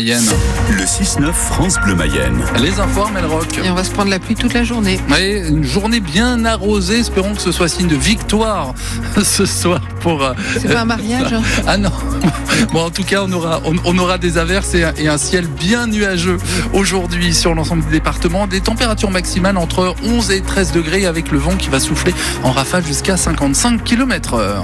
Mayenne. Le 6-9 France Bleu Mayenne. Les infos, Melrock. Et on va se prendre la pluie toute la journée. Oui, une journée bien arrosée. Espérons que ce soit signe de victoire ce soir pour... C'est pas un mariage hein? Ah non. Bon, en tout cas, on aura des averses et un ciel bien nuageux aujourd'hui sur l'ensemble des départements. Des températures maximales entre 11 et 13 degrés avec le vent qui va souffler en rafale jusqu'à 55 km/h.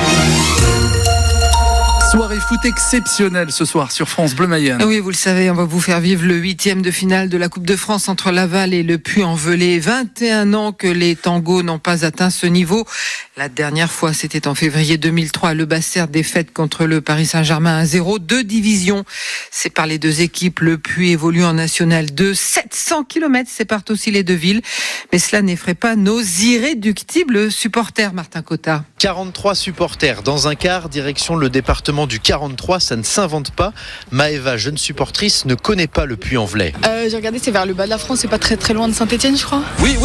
Soirée foot exceptionnelle ce soir sur France Bleu Mayenne. Oui, vous le savez, on va vous faire vivre le 8e de finale de la Coupe de France entre Laval et le Puy-en-Velay. 21 ans que les tangos n'ont pas atteint ce niveau. La dernière fois, c'était en février 2003 à Le Basser, défaite contre le Paris Saint-Germain 1-0. 2 divisions séparent les deux équipes. Le Puy évolue en National 2. 700 km séparent aussi les deux villes. Mais cela n'effraie pas nos irréductibles supporters, Martin Cotta. 43 supporters dans un quart, direction le département du 43, ça ne s'invente pas. Maëva, jeune supportrice, ne connaît pas le Puy-en-Velay. J'ai regardé, c'est vers le bas de la France, c'est pas très loin de Saint-Etienne, je crois. Oui.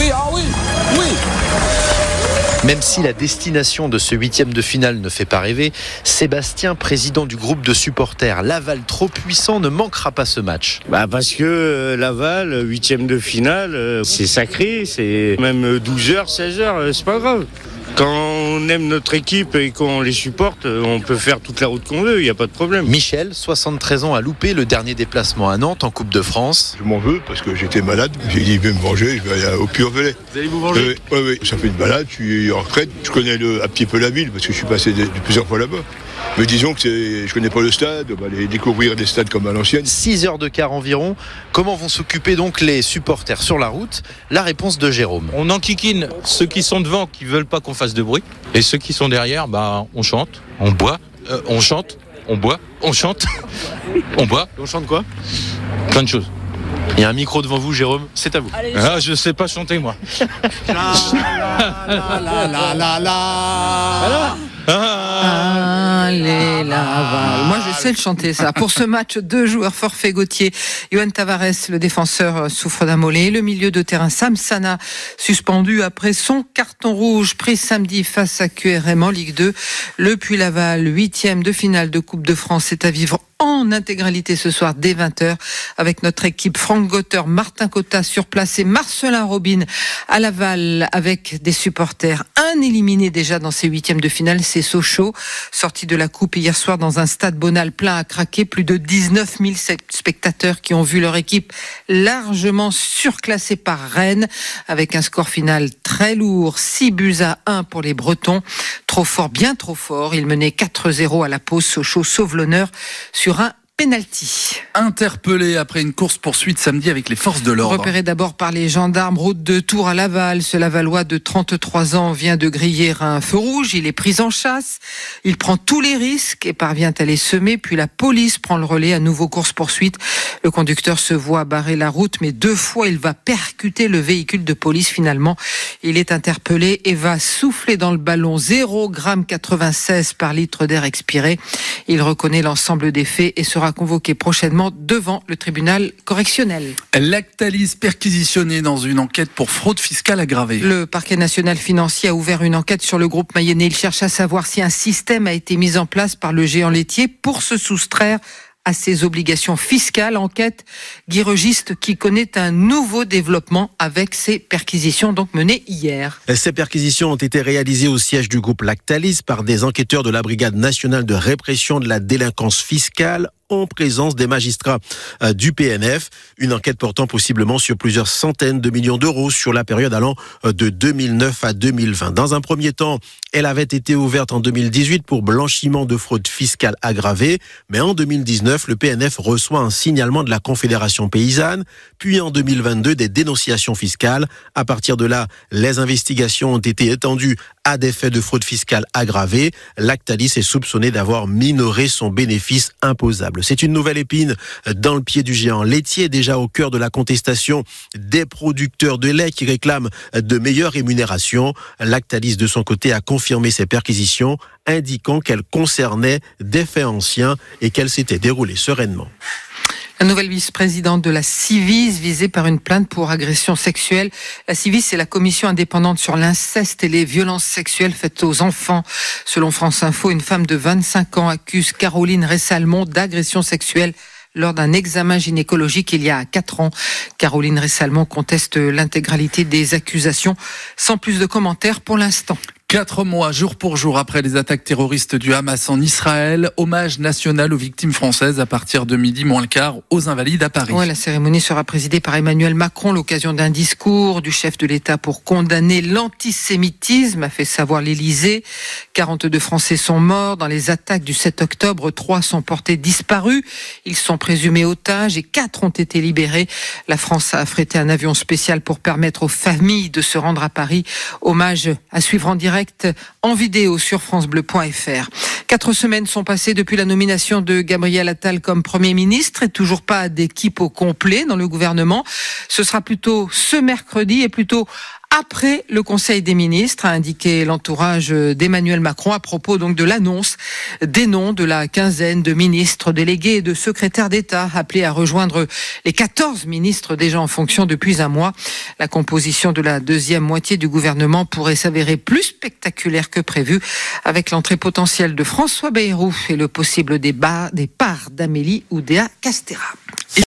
Même si la destination de ce 8e de finale ne fait pas rêver, Sébastien, président du groupe de supporters Laval trop puissant, ne manquera pas ce match. Parce que Laval, 8e de finale, c'est sacré, c'est même 12h, 16h, c'est pas grave. Quand on aime notre équipe et qu'on les supporte, on peut faire toute la route qu'on veut, il n'y a pas de problème. Michel, 73 ans, a loupé le dernier déplacement à Nantes en Coupe de France. Je m'en veux parce que j'étais malade. J'ai dit, je vais me venger, je vais aller au Puy-en-Velay. Vous allez vous venger ? Oui. Ça fait une balade, je suis en retraite. Je connais un petit peu la ville parce que je suis passé plusieurs fois là-bas. Mais disons que je connais pas le stade, on va aller découvrir des stades comme à l'ancienne. 6 heures de quart environ. Comment vont s'occuper donc les supporters sur la route ? La réponse de Jérôme. On enquiquine ceux qui sont devant, qui veulent pas qu'on fasse de bruit. Et ceux qui sont derrière, on chante, on boit, on chante, on boit, on chante, on boit. On chante quoi ? Plein de choses. Il y a un micro devant vous, Jérôme, c'est à vous. Je sais pas chanter, moi. Allez, Laval. Moi, je sais le chanter, ça. Pour ce match, 2 joueurs forfait Gauthier. Yoann Tavares, le défenseur, souffre d'un mollet. Le milieu de terrain, Sam Sana, suspendu après son carton rouge pris samedi face à QRM en Ligue 2. Le Puy-Laval, 8e de finale de Coupe de France, est à vivre en intégralité ce soir dès 20h avec notre équipe Franck Gotter, Martin Cotta sur place et Marcelin Robin à Laval avec des supporters. Un éliminé déjà dans ces 8e de finale, c'est Sochaux, sorti de la coupe hier soir dans un stade Bonal plein à craquer. Plus de 19 000 spectateurs qui ont vu leur équipe largement surclassée par Rennes avec un score final très lourd, 6-1 pour les Bretons. Trop fort, bien trop fort. Ils menaient 4-0 à la pause. Sochaux sauve l'honneur sur un penalty. Interpellé après une course-poursuite samedi avec les forces de l'ordre. Repéré d'abord par les gendarmes, route de Tours à Laval, ce Lavallois de 33 ans vient de griller un feu rouge. Il est pris en chasse. Il prend tous les risques et parvient à les semer. Puis la police prend le relais. À nouveau course-poursuite. Le conducteur se voit barrer la route, mais 2 fois, il va percuter le véhicule de police. Finalement, il est interpellé et va souffler dans le ballon 0,96 g par litre d'air expiré. Il reconnaît l'ensemble des faits et sera convoqué prochainement devant le tribunal correctionnel. Lactalis perquisitionné dans une enquête pour fraude fiscale aggravée. Le parquet national financier a ouvert une enquête sur le groupe mayennais. Il cherche à savoir si un système a été mis en place par le géant laitier pour se soustraire à ses obligations fiscales. Enquête Guy Registe qui connaît un nouveau développement avec ces perquisitions donc menées hier. Ces perquisitions ont été réalisées au siège du groupe Lactalis par des enquêteurs de la Brigade nationale de répression de la délinquance fiscale en présence des magistrats du PNF. Une enquête portant possiblement sur plusieurs centaines de millions d'euros sur la période allant de 2009 à 2020. Dans un premier temps, elle avait été ouverte en 2018 pour blanchiment de fraude fiscale aggravée. Mais en 2019, le PNF reçoit un signalement de la Confédération paysanne. Puis en 2022, des dénonciations fiscales. À partir de là, les investigations ont été étendues à des faits de fraude fiscale aggravée. Lactalis est soupçonné d'avoir minoré son bénéfice imposable. C'est une nouvelle épine dans le pied du géant laitier, déjà au cœur de la contestation des producteurs de lait qui réclament de meilleures rémunérations. Lactalis, de son côté, a confirmé ces perquisitions, indiquant qu'elles concernaient des faits anciens et qu'elles s'étaient déroulées sereinement. La nouvelle vice-présidente de la Civis visée par une plainte pour agression sexuelle. La Civis, c'est la commission indépendante sur l'inceste et les violences sexuelles faites aux enfants. Selon France Info, une femme de 25 ans accuse Caroline Ressalmon d'agression sexuelle lors d'un examen gynécologique il y a 4 ans. Caroline Ressalmon conteste l'intégralité des accusations, sans plus de commentaires pour l'instant. 4 mois, jour pour jour, après les attaques terroristes du Hamas en Israël, hommage national aux victimes françaises à partir de midi moins le quart aux Invalides à Paris. Ouais, la cérémonie sera présidée par Emmanuel Macron, l'occasion d'un discours du chef de l'État pour condamner l'antisémitisme, a fait savoir l'Élysée. 42 Français sont morts dans les attaques du 7 octobre, 3 sont portés disparus. Ils sont présumés otages et 4 ont été libérés. La France a affrété un avion spécial pour permettre aux familles de se rendre à Paris. Hommage à suivre en direct en vidéo sur francebleu.fr. 4 semaines sont passées depuis la nomination de Gabriel Attal comme Premier ministre et toujours pas d'équipe au complet dans le gouvernement. Ce sera plutôt ce mercredi et plutôt après le Conseil des ministres, a indiqué l'entourage d'Emmanuel Macron à propos donc de l'annonce des noms de la quinzaine de ministres délégués et de secrétaires d'État appelés à rejoindre les 14 ministres déjà en fonction depuis un mois. La composition de la deuxième moitié du gouvernement pourrait s'avérer plus spectaculaire que prévu avec l'entrée potentielle de François Bayrou et le possible départ d'Amélie Oudéa-Castéra.